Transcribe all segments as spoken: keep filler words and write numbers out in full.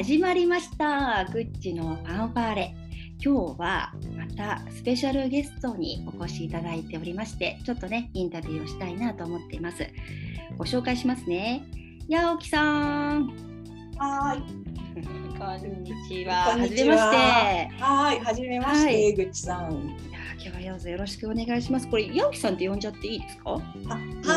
始まりました。グッチのファンファーレ。今日はまたスペシャルゲストにお越しいただいておりまして、ちょっとねインタビューをしたいなと思っています。ご紹介しますね。八起さん。 はい。 こんにちは。はじめまして。 はい、はじめまして、はい、グッチさん。 いや今日はどうぞよろしくお願いします。これ八起さんって呼んじゃっていいですか？あ、 はい、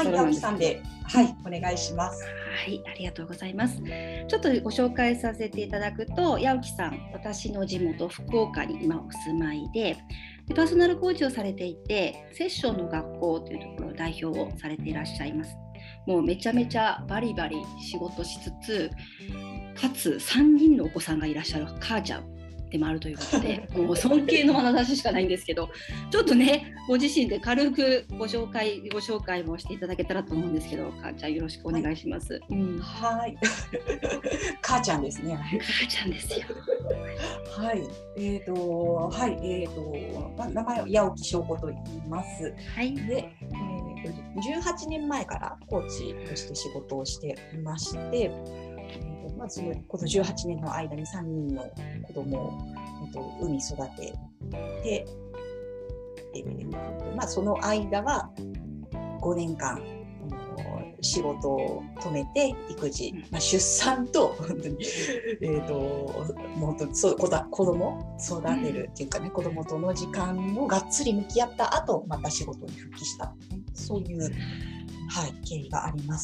八起さんで、はい、お願いします。 はい、ありがとうございます。ちょっとご紹介させていただくと、八起さん、私の地元福岡に今お住まいで、パーソナルコーチをされていて、セッションの学校というところを代表をされていらっしゃいます。もうめちゃめちゃバリバリ仕事しつつ、かつさんにんのお子さんがいらっしゃる母ちゃんでもあるということで、もう尊敬の眼差ししかないんですけど、ちょっとねご自身で軽くご紹介ご紹介もしていただけたらと思うんですけど、母ちゃんよろしくお願いします。 はい、うん、はい母ちゃんですね。 母ちゃんですよ。 はい、えっ、ー、とはいえっ、ー、と名前は八起翔子と言います。 はい。で、 えー、じゅうはちねんまえからコーチとして仕事をしていまして。まあ、そのこのじゅうはちねんの間にさんにんの子供を、えっと、産み育てて、えーまあ、その間はごねんかん仕事を止めて育児、まあ、出産と本当に、えー、ともう本当にそう子だ子供育てるっていうかね、子供との時間をがっつり向き合った後また仕事に復帰した、ね、そういう、はい、経緯があります。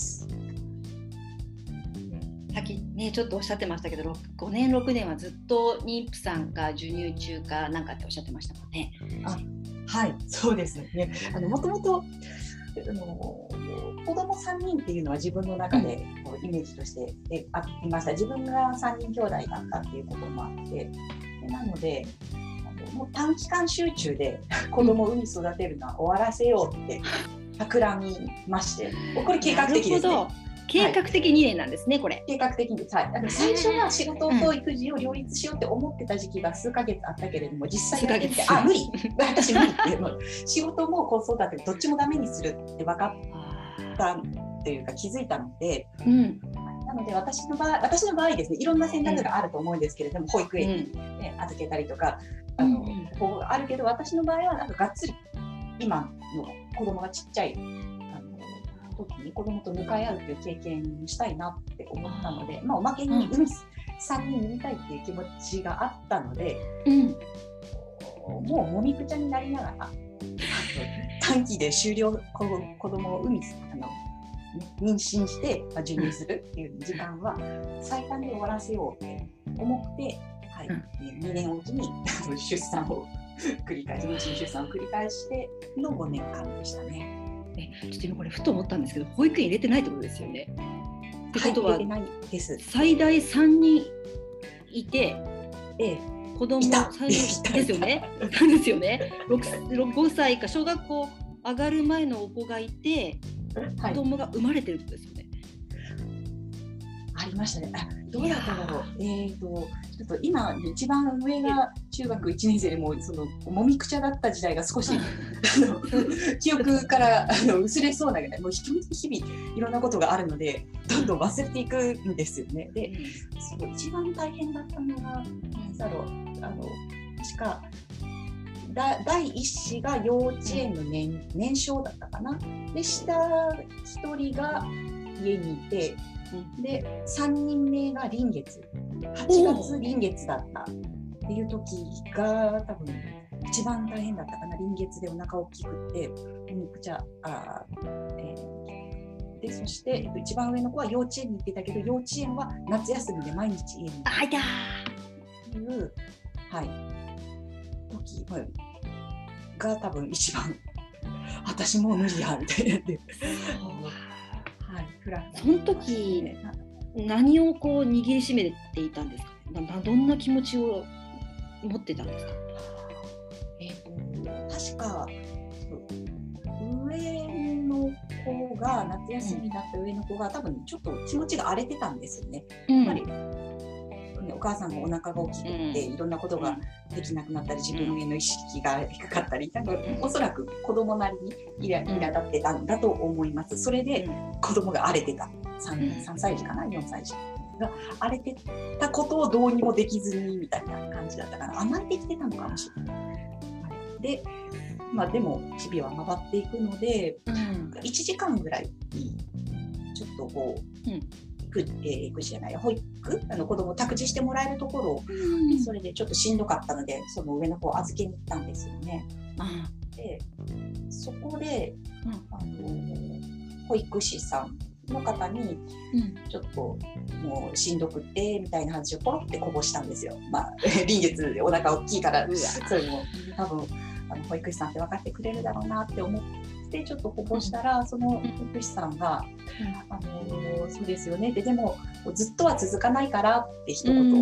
さっきねちょっとおっしゃってましたけど、ごねんろくねんはずっと妊婦さんか授乳中かなんかっておっしゃってましたもんね。 あ、はい、そうですね。あのもともとあの子供さんにんっていうのは自分の中でこうイメージとしてでありました。自分がさんにん兄弟だったっていうこともあって、でなのであのもう短期間集中で子供を産み育てるのは終わらせようって企みまして、これ計画的ですね。 計画的にねんなんですね、はい、これ。 計画的です。はい。だから最初は仕事と育児を両立しようって思ってた時期が数ヶ月あったけれども、実際やってみて、あ、無理私無理ってもう仕事も子育てどっちもダメにするって分かったというか気づいたので、うん、なので私の場合、私の場合ですね、いろんな選択があると思うんですけれども、うん、保育園に、ね、預けたりとか、あの、うん、こうあるけど、私の場合はなんかがっつり今の子供がちっちゃい時に子供と向かい合うという経験をしたいなって思ったので、まあ、おまけに海さんにん産みたいっていう気持ちがあったので、うん、もうもみくちゃになりながら短期で終了子供を産みあの妊娠して授乳するっていう時間は最短で終わらせようって思って、はい、うん、にねんおきに出産を繰り返し妊娠出産を繰り返してのごねんかんでしたね。 えちょっと今これふと思ったんですけど、保育園入れてないってことですよね。ってことは、はい、 入れてないです。 最大さんにんいて、 ええ、 子供最大ですよね。ですよね。ごさいか小学校上がる前のお子がいて、はい、子供が生まれてるってことですよね。 ありましたね。あ、どうだっただろう。えーと、ちょっと今一番上が中学いちねん生でもそのもみくちゃだった時代が少し記憶からあの薄れそうなぐらい、もう日々日々いろんなことがあるのでどんどん忘れていくんですよね。で、そう一番大変だったのが何だろう、あの確かだ第一子が幼稚園の 年, 年少だったかな。で下一人が家にいて。でさんにんめが臨月はちがつ臨月だったっていう時が多分一番大変だったかな。臨月でお腹大きくってめくちゃあ、えー、でそして、えっと、一番上の子は幼稚園に行ってたけど、幼稚園は夏休みで毎日家にいたっていう、はい、時が多分一番私もう無理やみたいなってその時何をこう握りしめていたんですか？どんな気持ちを持ってたんですか？ えーと、確か上の子が夏休みだった上の子が多分ちょっと気持ちが荒れてたんですよね。うん、やっぱりお母さんもお腹が大きくて、うん、いろんなことができなくなったり、自分への意識が低かったり、なんかおそらく子供なりにイライラ立ってたんだと思います。それで子供が荒れてた 3, 3歳児かなよんさい児が荒れてたことをどうにもできずにみたいな感じだったから、甘えてきてたのかもしれない。で、まあ、でも日々は回っていくので、うん、いちじかんぐらいちょっとこう、うん、育児育児じゃない保育あの子供を託児してもらえるところを、うん、それでちょっとしんどかったのでその上の方を預けに行ったんですよね。うん、でそこで、うん、あの保育士さんの方に、うん、ちょっともうしんどくってみたいな話をポロってこぼしたんですよ。まあ臨月でお腹大きいからそういうの多分あの保育士さんって分かってくれるだろうなって思ってちょっとこぼしたら、うん、その保育士さんが、うん、あのそうですよねってでもずっとは続かないからって一言、うん、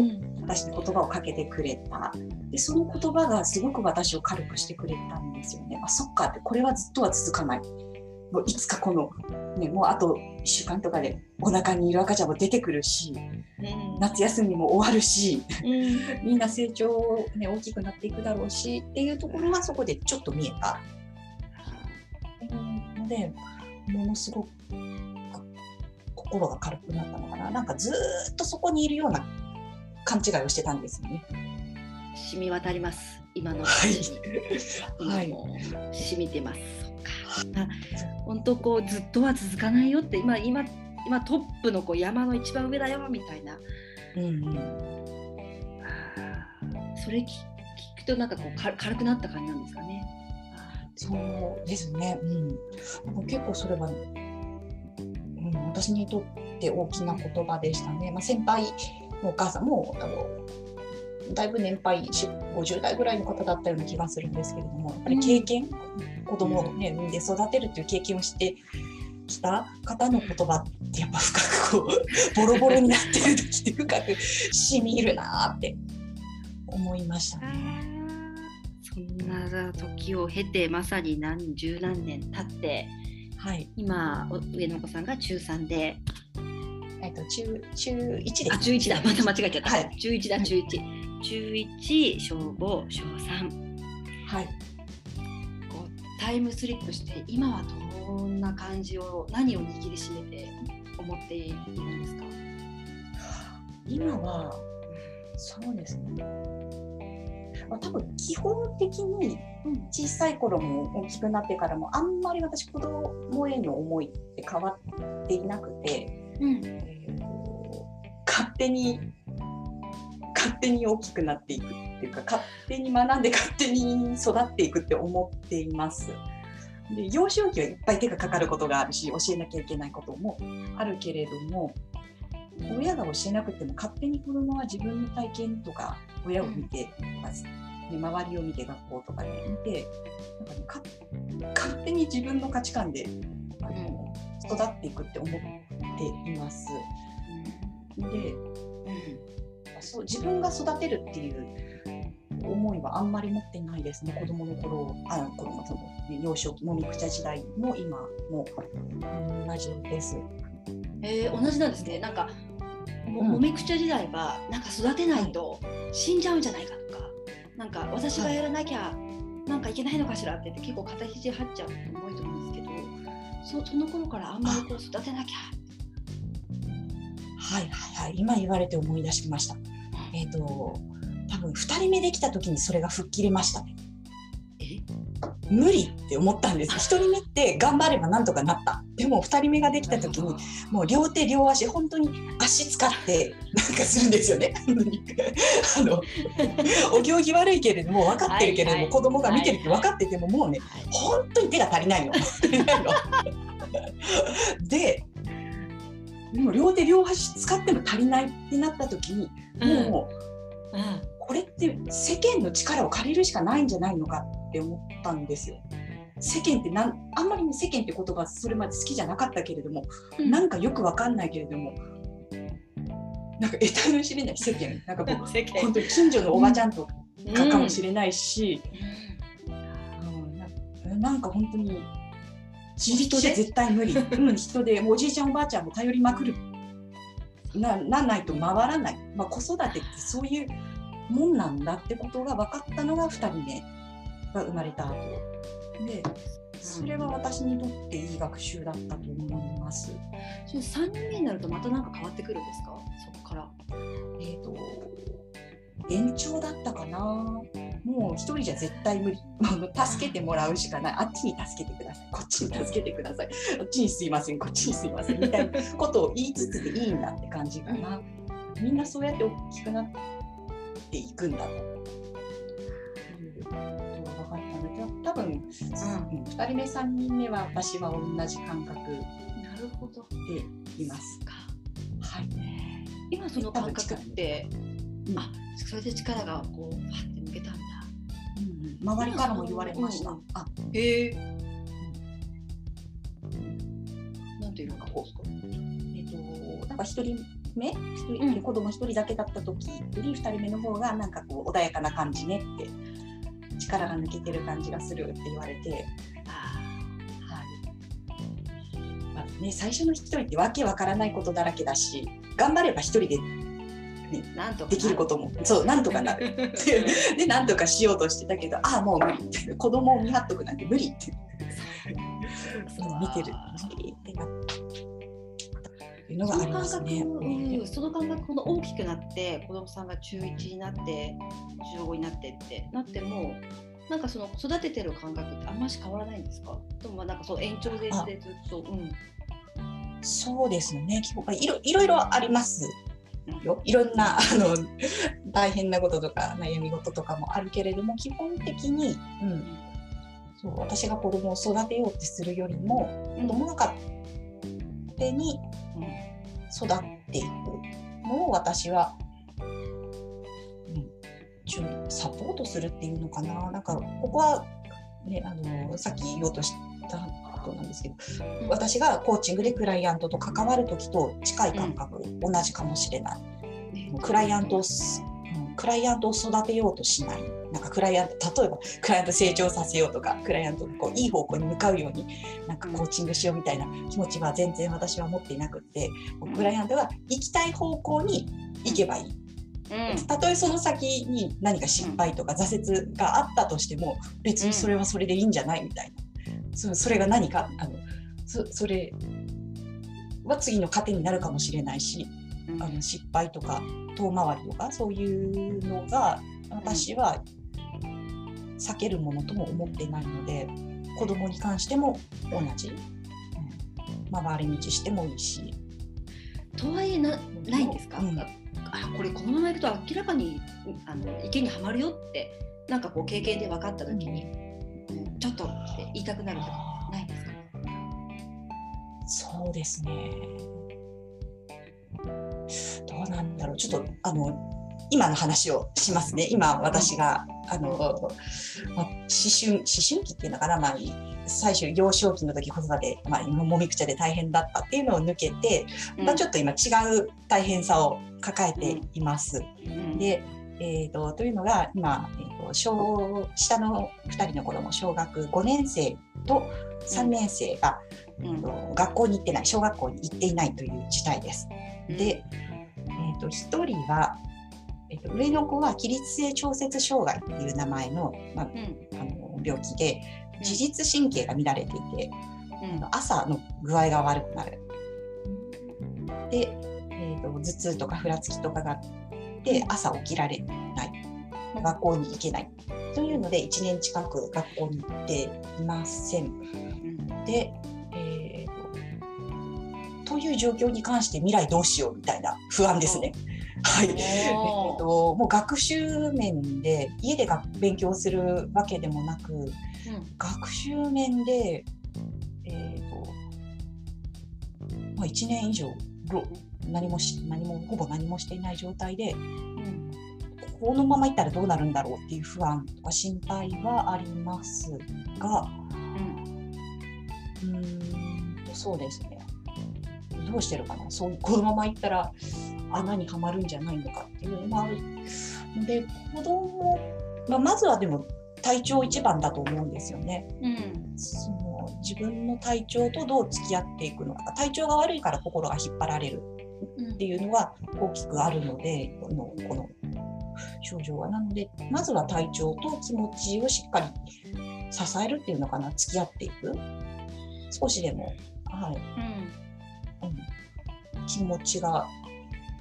私に言葉をかけてくれた。でその言葉がすごく私を軽くしてくれたんですよね。あ、そっかって、これはずっとは続かない、もういつかこの、ね、もうあといっしゅうかんとかでお腹にいる赤ちゃんも出てくるし、うん、夏休みも終わるし、うん、みんな成長、ね、大きくなっていくだろうしっていうところがそこでちょっと見えたので、ものすごく心が軽くなったのかな。なんかずっとそこにいるような勘違いをしてたんですよね。 染み渡ります、今の話に、はい、もう染みてます。本当こうずっとは続かないよって今今今トップのこう山の一番上だよみたいな、うんうん、それ聞くとなんかこう軽くなった感じなんですかね。 そうですね、うん、結構それは、うん、私にとって大きな言葉でしたね。まあ、先輩のお母さんもあのだいぶ年配ごじゅう代ぐらいの方だったような気がするんですけれども、やっぱり経験、うん、子供を、ね、産んで育てるという経験をしてきた方の言葉ってやっぱ深くこうボロボロになってる時って深くしみるなって思いましたね。 そんな時を経てまさに何十何年経って、はい、今上のお子さんがちゅうさんで、 えっと、中, 中いちです。 あ、中いちだ、また間違えちゃった、 はい、 中いちだ、中いち、中いち、小ご、小さん、 はい、 こうタイムスリップして今はどんな感じを何を握りしめて思っているんですか？ 今はそうですね、まあ、多分基本的に小さい頃も大きくなってからもあんまり私子供への思いって変わっていなくて、うんえー、勝手に勝手に大きくなっていくっていうか、勝手に学んで勝手に育っていくって思っています。で、幼少期はいっぱい手がかかることがあるし、教えなきゃいけないこともあるけれども、親が教えなくても勝手に子供は自分の体験とか親を見てとか、うん、周りを見て学校とかで見て、なんかね、勝手に自分の価値観で、うん、育っていくって思っています。で、そう自分が育てるっていう思いはあんまり持ってないですね。子供の頃、あの頃もその、ね、幼少期もみくちゃ時代も今も同じです。 えー、同じなんですね。なんか も,、うん、もみくちゃ時代はなんか育てないと死んじゃうんじゃないかとか、なんか私がやらなきゃなんかいけないのかしらって言って結構肩肘張っちゃう人も多いと思うんですけど、 そ, その頃からあんまりこう育てなきゃ。 はいはいはい、今言われて思い出しました。えっと、多分ふたりめできた時にそれが吹っ切れましたね。え無理って思ったんです。ひとりめって頑張ればなんとかなった。でもふたりめができた時にもう両手両足本当に足使ってなんかするんですよね。あのお行儀悪いけれども分かってるけれども、はいはい、子供が見てるって分かっててももうね、はい、本当に手が足りないの。足りないのででも両手両足使っても足りないってなった時にもう、うんうん、これって世間の力を借りるしかないんじゃないのかって思ったんですよ。世間ってなんあんまり、ね、世間って言葉それまで好きじゃなかったけれども、うん、なんかよくわかんないけれどもなんか得体の知れない世間なんかこう本当に近所のおばちゃんとかかもしれないし、うんうん、な, なんか本当に自力じゃ絶対無理、うん、人でおじいちゃんおばあちゃんも頼りまくる な, なんないと回らない、まあ、子育てってそういうもんなんだってことが分かったのがふたりめが生まれた後で、それは私にとっていい学習だったと思います。 さんにんめになるとまた何か変わってくるんですか？そっ力。 えーと延長だったかな。もう一人じゃ絶対無理。助けてもらうしかない。あっちに助けてください。こっちに助けてください。あっちにすいません。こっちにすいません。みたいなことを言いつつでいいんだって感じかな。みんなそうやって大きくなっていくんだと。分かったので、多分、うん、ふたりめさんにんめは私は同じ感覚でいます。はい。 今その感覚って、うん、あ、それで力がこうファって抜けたんだ。 うん、周りからも言われました。うん、あ、 へえ。なんていうのかこう。 えっと、なんか一人目、一人、うん、子供一人だけだった時より二人目の方がなんかこう穏やかな感じねって、力が抜けてる感じがするって言われて。あ、はい。まあね、最初の一人ってわけわからないことだらけだし、頑張れば一人で。ね、なんとかできることもそうなんとかなるでなんとかしようとしてたけど、ああもう無理って子供を見張っとくなんて無理って見てるってなっていうのがありますね。 その感覚、この大きくなって子供さんが中いちになってじゅうごになってってなっても、なんかその育ててる感覚ってあんまし変わらないんですか？でもなんかその延長でずっと、うん、 そうですね。いろいろいろあります。いろんなあの大変なこととか悩み事とかもあるけれども、基本的に、うん、そう私が子供を育てようってするよりも、うん、子供が勝手に育っていくのを私は、うん、サポートするっていうのかな。なんかここは、ね、あのさっき言おうとしたことなんですけど、うん、私がコーチングでクライアントと関わるときと近い感覚、うん、同じかもしれない。クライアントを、うん、クライアントを育てようとしない。なんかクライアント、例えばクライアント成長させようとか、クライアントこういい方向に向かうようになんかコーチングしようみたいな気持ちは全然私は持っていなくって、クライアントが行きたい方向に行けばいい。うん、たとえその先に何か失敗とか挫折があったとしても、別にそれはそれでいいんじゃないみたいな。そ, それが何かあの そ, それは次の糧になるかもしれないし、うん、あの失敗とか遠回りとかそういうのが私は避けるものとも思っていないので、子供に関しても同じ、うん、回り道してもいいし。 とはいえ な, ないんですか、うん、あこれこのままいくと明らかにあの池にはまるよってなんかこう経験で分かった時に、うん、ちょっとって言いたくなるとかないですか？ そうですね、どうなんだろう。ちょっとあの今の話をしますね。今私が、うん、あの、まあ、思春思春期っていうのかな、まあ、最初幼少期の時子育て、まあ、もみくちゃで大変だったっていうのを抜けて、うんまあ、ちょっと今違う大変さを抱えています。うん、で、えー、とというのが今、えー、と小下のふたりの子供小学ごねん生とさんねん生が、うんえー、と学校に行ってない小学校に行っていないという事態です。で、えー、とひとりはえっと、上の子は起立性調節障害っていう名前の、まあうん、あの病気で自律神経が乱れていて、うん、朝の具合が悪くなる。で、えー、と頭痛とかふらつきとかがあって朝起きられない、学校に行けないというのでいちねん近く学校に行っていません。うん、で、えーと、という状況に関して未来どうしようみたいな不安ですね。はい、えー、ともう学習面で家でが勉強するわけでもなく、うん、学習面で、えーとまあ、いちねん以上何もし何もほぼ何もしていない状態で、うん、このままいったらどうなるんだろうっていう不安とか心配はありますが、うん、うーんとそうですね、どうしてるかな、そうこのままいったら穴にはまるんじゃないのかっていうのもあるので、子供、まあ、まずはでも体調一番だと思うんですよね。うん、その自分の体調とどう付き合っていくのか、体調が悪いから心が引っ張られるっていうのは大きくあるので、この、この症状はなので、まずは体調と気持ちをしっかり支えるっていうのかな、付き合っていく、少しでも、はい、うんうん、気持ちが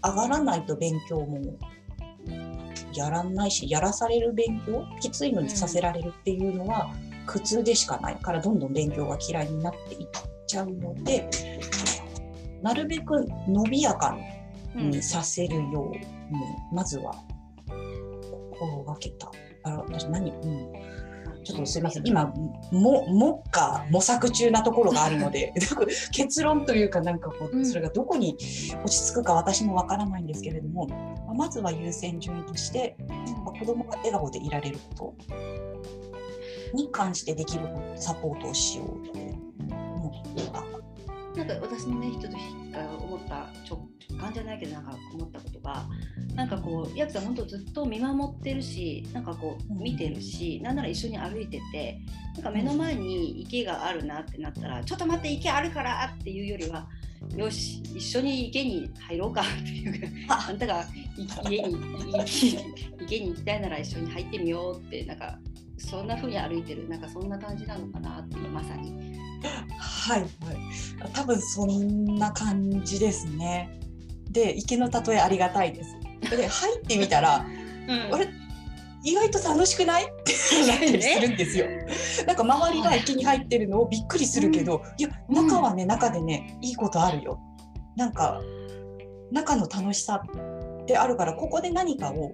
上がらないと勉強もやらないし、やらされる勉強、きついのにさせられるっていうのは苦痛でしかないから、どんどん勉強が嫌いになっていっちゃうので、なるべく伸びやかにさせるように、うん、まずは心がけた。あ、私何、うん、ちょっとすいません、今も目下模索中なところがあるので結論というか、なんかこう、それがどこに落ち着くか私もわからないんですけれども、まずは優先順位として、うん、子どもが笑顔でいられることに関してできるサポートをしようと思っていた。 なんか私のね、人とが思った直感じゃないけど、なんか思ったことが、なんかこう、ヤクさん本当ずっと見守ってるし、なんかこう見てるし、うん、なんなら一緒に歩いてて、なんか目の前に池があるなってなったら、うん、ちょっと待って、池あるからっていうよりは、よし、一緒に池に入ろうかっていうか、あんたが家に池に行きたいなら一緒に入ってみようって、なんかそんな風に歩いてる、なんかそんな感じなのかなっていう、まさに。 はい、はい、多分そんな感じですね。で、池の例えありがたいです。で、入ってみたら、うん、あれ意外と楽しくないってなったりするんですよ。なんか周りが池に入ってるのをびっくりするけど、うん、いや中はね、中でね、いいことあるよ。なんか中の楽しさってあるから、ここで何かを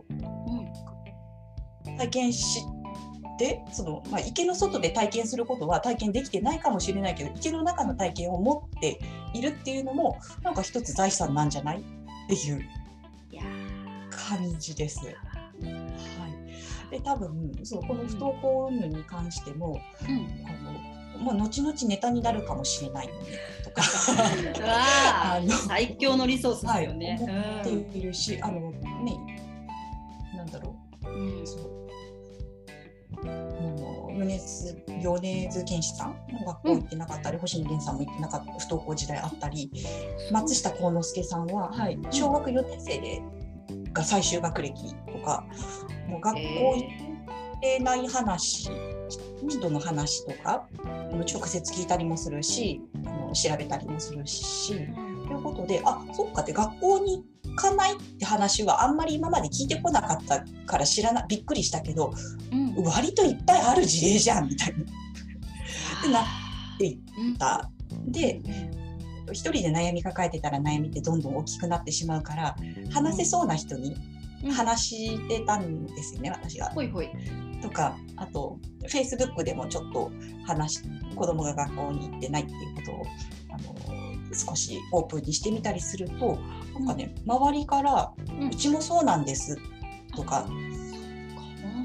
体験しでその、まあ、池の外で体験することは体験できてないかもしれないけど、池の中の体験を持っているっていうのもなんか一つ財産なんじゃないっていう感じです。はい、で多分そうこの不登校云々に関しても、うん、あのもう後々ネタになるかもしれないよねとかあの最強のリソースですよね、 はい、思っているし、うん、あのね、なんだろう、うん、そう米津米津玄師さんの学校行ってなかったり、うん、星野源さんも行ってなかった不登校時代あったり、松下幸之助さんは、はい、小学よねん生でが最終学歴とか、もう学校行ってない話、人の話とか直接聞いたりもするし、あの調べたりもするし、ということで、あ、そっかって学校に行かないって話はあんまり今まで聞いてこなかったから知らなびっくりしたけど、うん、割といっぱいある事例じゃんみたいなってなっていった。うん、で、一人で悩み抱えてたら悩みってどんどん大きくなってしまうから、話せそうな人に話してたんですよね、うん、私が。 ほいほいとか、あと Facebook でもちょっと話子供が学校に行ってないっていうことをあの少しオープンにしてみたりすると、なんかね、うん、周りから、うん、うちもそうなんですとか、うん、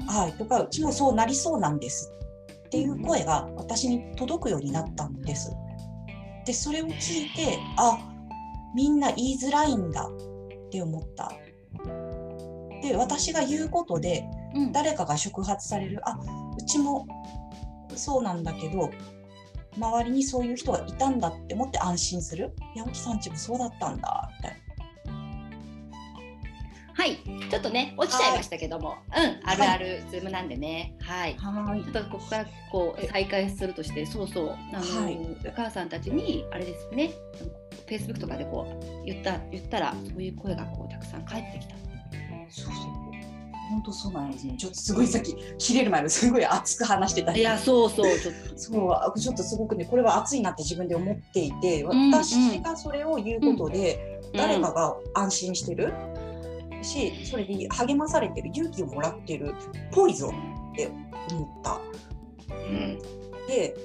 はい、とか、うちもそうなりそうなんですっていう声が私に届くようになったんです。で、それを聞いて、あ、みんな言いづらいんだって思った。で、私が言うことで誰かが触発される、うん、あ、うちもそうなんだけど周りにそういう人がいたんだって思って安心する。矢吹さんちもそうだったんだみたいな。 はい、ちょっとね落ちちゃいましたけども、うん、あるあるズームなんでね、はい、はい、ちょっとここからこう再開するとして、そうそう、あの、はい、お母さんたちにあれですね、Facebook とかでこう言った言ったらそういう声がこうたくさん返ってきた。 そうそう、本当そうなんですね。ちょっとすごいさっき切れる前のすごい熱く話してた。 いや、そうそうちょっとそうちょっとすごくね、これは熱いなって自分で思っていて、私がそれを言うことで、うん、誰かが安心してる、うん、し、それで励まされてる、勇気をもらってるポイゾンって思った。うん、で、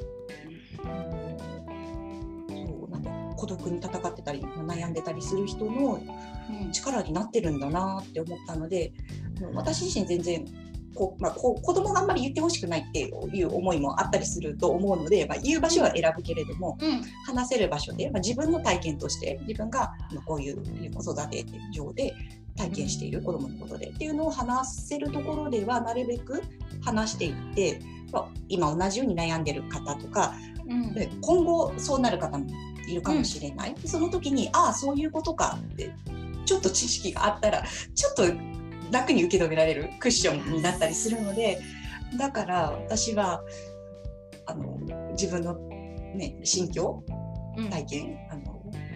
そうなんか孤独に戦ってたり悩んでたりする人の力になってるんだなって思ったので、私自身全然こう、まあ、こう子供があんまり言ってほしくないっていう思いもあったりすると思うので、まあ、言う場所は選ぶけれども、うん、話せる場所で、まあ、自分の体験として自分がこういう子育て上で体験している子供のことでっていうのを話せるところではなるべく話していって、まあ、今同じように悩んでる方とか、うん、で今後そうなる方もいるかもしれない、うん、その時にああそういうことかってちょっと知識があったらちょっと楽に受け止められるクッションになったりするので、だから私はあの自分の、ね、心境体験、うん、あの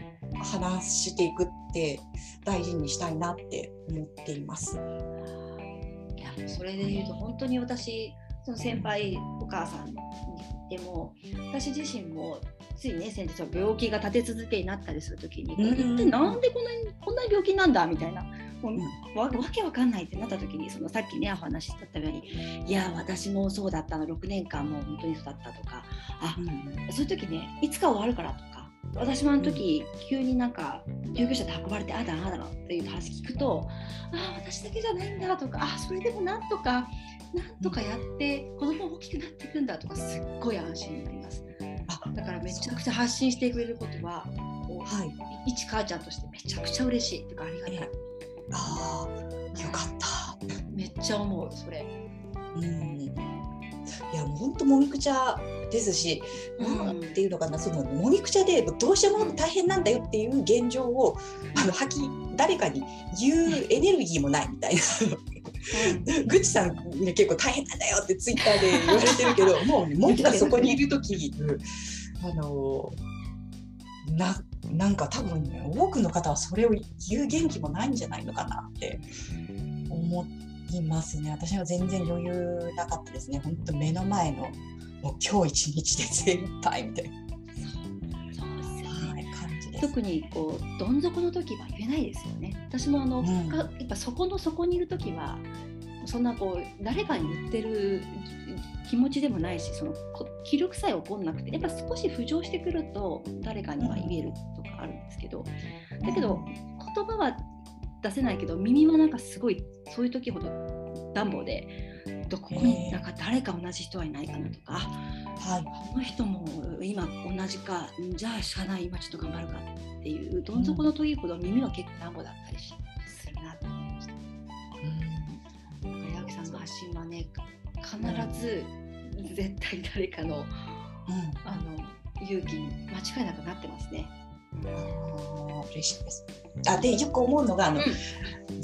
話していくって大事にしたいなって思っています。 いやそれでいうと本当に私その先輩お母さんに言っても私自身もついね先日は病気が立て続けになったりするときに、うん、一体なんでこんなにこんなに病気なんだみたいな、もう わ, わけわかんないってなったときに、そのさっきねお話しだったように、いや私もそうだったのろくねんかんもう本当にそうだったとか、あ、うん、そういう時ねいつか終わるからとか、私もあの時、うん、急になんか救急車で運ばれてああだああだのっていう話聞くと、あ私だけじゃないんだとか、あそれでもなんとかなんとかやって子供大きくなっていくんだとか、すっごい安心になります。あだからめちゃくちゃ発信してくれることはこう、はい、一母ちゃんとしてめちゃくちゃ嬉しいっていうかありがたい。 ああよかった。 めっちゃ思うそれ。 うんいやもう本当もみくちゃですし、うん、なんていうのかな、そのもみくちゃでどうしても大変なんだよっていう現状を、うん、あの吐き誰かに言うエネルギーもないみたいな。うん、ぐちさん、ね、結構大変なんだよってツイッターで言われてるけどもうもみがそこにいるときあのななんか多分、ね、多くの方はそれを言う元気もないんじゃないのかなって思いますね。私は全然余裕なかったですね。本当目の前のもう今日一日で精一杯みたいな。 そうですよね、感じです。特にこうどん底の時は言えないですよね。私もあの、うん、やっぱそこの底にいる時はそんなこう誰かに言ってる気持ちでもないし、その気力さえ起こんなくて、やっぱ少し浮上してくると誰かには言えるとかあるんですけど、だけど言葉は出せないけど耳はなんかすごいそういう時ほど暖房で、ここになんか誰か同じ人はいないかなとか、はい、この人も今同じか、じゃあしゃあない今ちょっと頑張るかっていうどん底の時ほど耳は結構暖房だったりするなと思いました。うん、だから矢吹さんの発信はね必ず絶対誰かの、うん、あの勇気に間違いなくなってますね。 あ嬉しいです。あでよく思うのがあの、うん、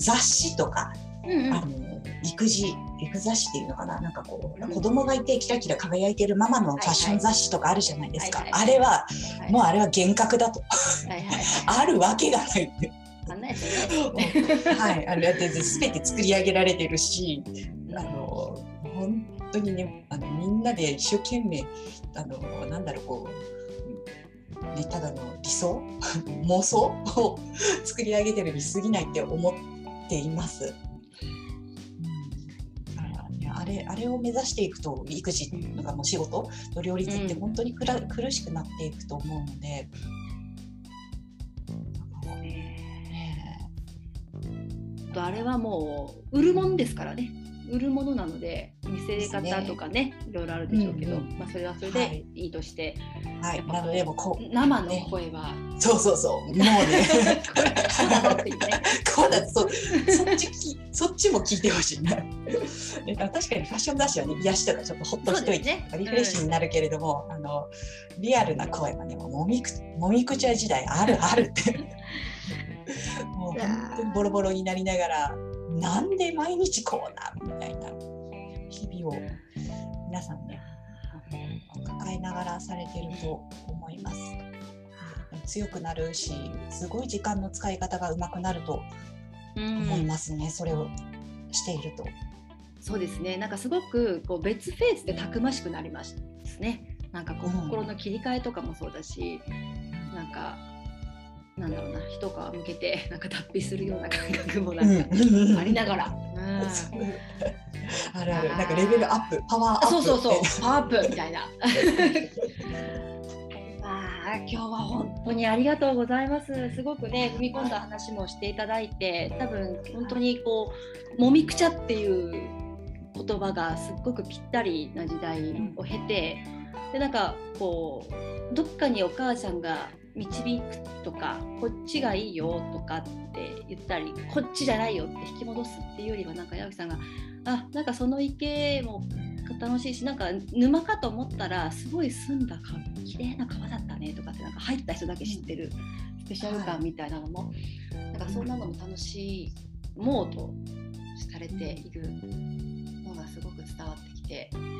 雑誌とか、うんうん、あの育児育雑誌っていうのかな、なんかこう、うん、子供がいてキラキラ輝いてるママのファッション雑誌とかあるじゃないですか。あれは、はいはい、もうあれは幻覚だと、はいはいはい、あるわけがないって。はい、あれって全て作り上げられてるし、あの本当にねあのみんなで一生懸命あのなんだろうこう、ね、ただの理想妄想を作り上げてるに過ぎないって思っています。あれ、あれを目指していくと育児とかも仕事と両立って本当にくら、うん、苦しくなっていくと思うので、 あれはもう売るものですからね。売るものなので見せ方とか ね, ねいろいろあるでしょうけど、うんうんまあ、それはそれでいいとして、はい、なのでもこう生の声は、 ね、そうそうそうもうねこうだろっていうねこうだそ, そ, っちそっちも聞いてほしいな確かにファッション雑誌はね癒しとかちょっとほっとしといて、ね、リフレッシュになるけれども、うん、あのリアルな声はねもみくもみくちゃ時代あるあるってもう本当にボロボロになりながらなんで毎日こうなみたいな日々を皆さんね抱えながらされてると思います。強くなるしすごい時間の使い方が上手くなると思いますね、うん、それをしていると。 そうですね、なんかすごくこう別フェーズでたくましくなりますね。なんかこう心の切り替えとかもそうだし、うん、なんかなんだろうな一皮向けてなんか脱皮するような感覚もなんかありながら、うんうん、 あるあるなんかレベルアップパワーアップそうそうそうパワーアップみたいなあ今日は本当にありがとうございます。すごくね踏み込んだ話もしていただいて、多分本当にこうもみくちゃっていう言葉がすっごくぴったりな時代を経て、でなんかこうどっかにお母さんが導くとかこっちがいいよとかって言ったりこっちじゃないよって引き戻すっていうよりは、なんか矢吹さんがあなんかその池も楽しいし、なんか沼かと思ったらすごい澄んだ川綺麗な川だったねとかってなんか入った人だけ知ってるスペシャル感みたいなのも、はい、なんかそんなのも楽しもうとされているのがすごく伝わってきて、うん、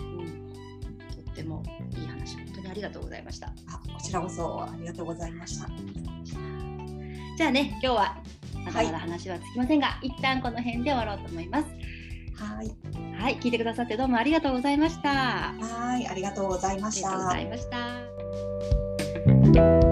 とってもいい話本当にありがとうございました。 あこちらこそありがとうございました。 じゃあね、今日はまだまだ話はつきませんが、はい、一旦この辺で終わろうと思います。 はい。 はい、聞いてくださってどうもありがとうございました。 はい、ありがとうございました。 ありがとうございました。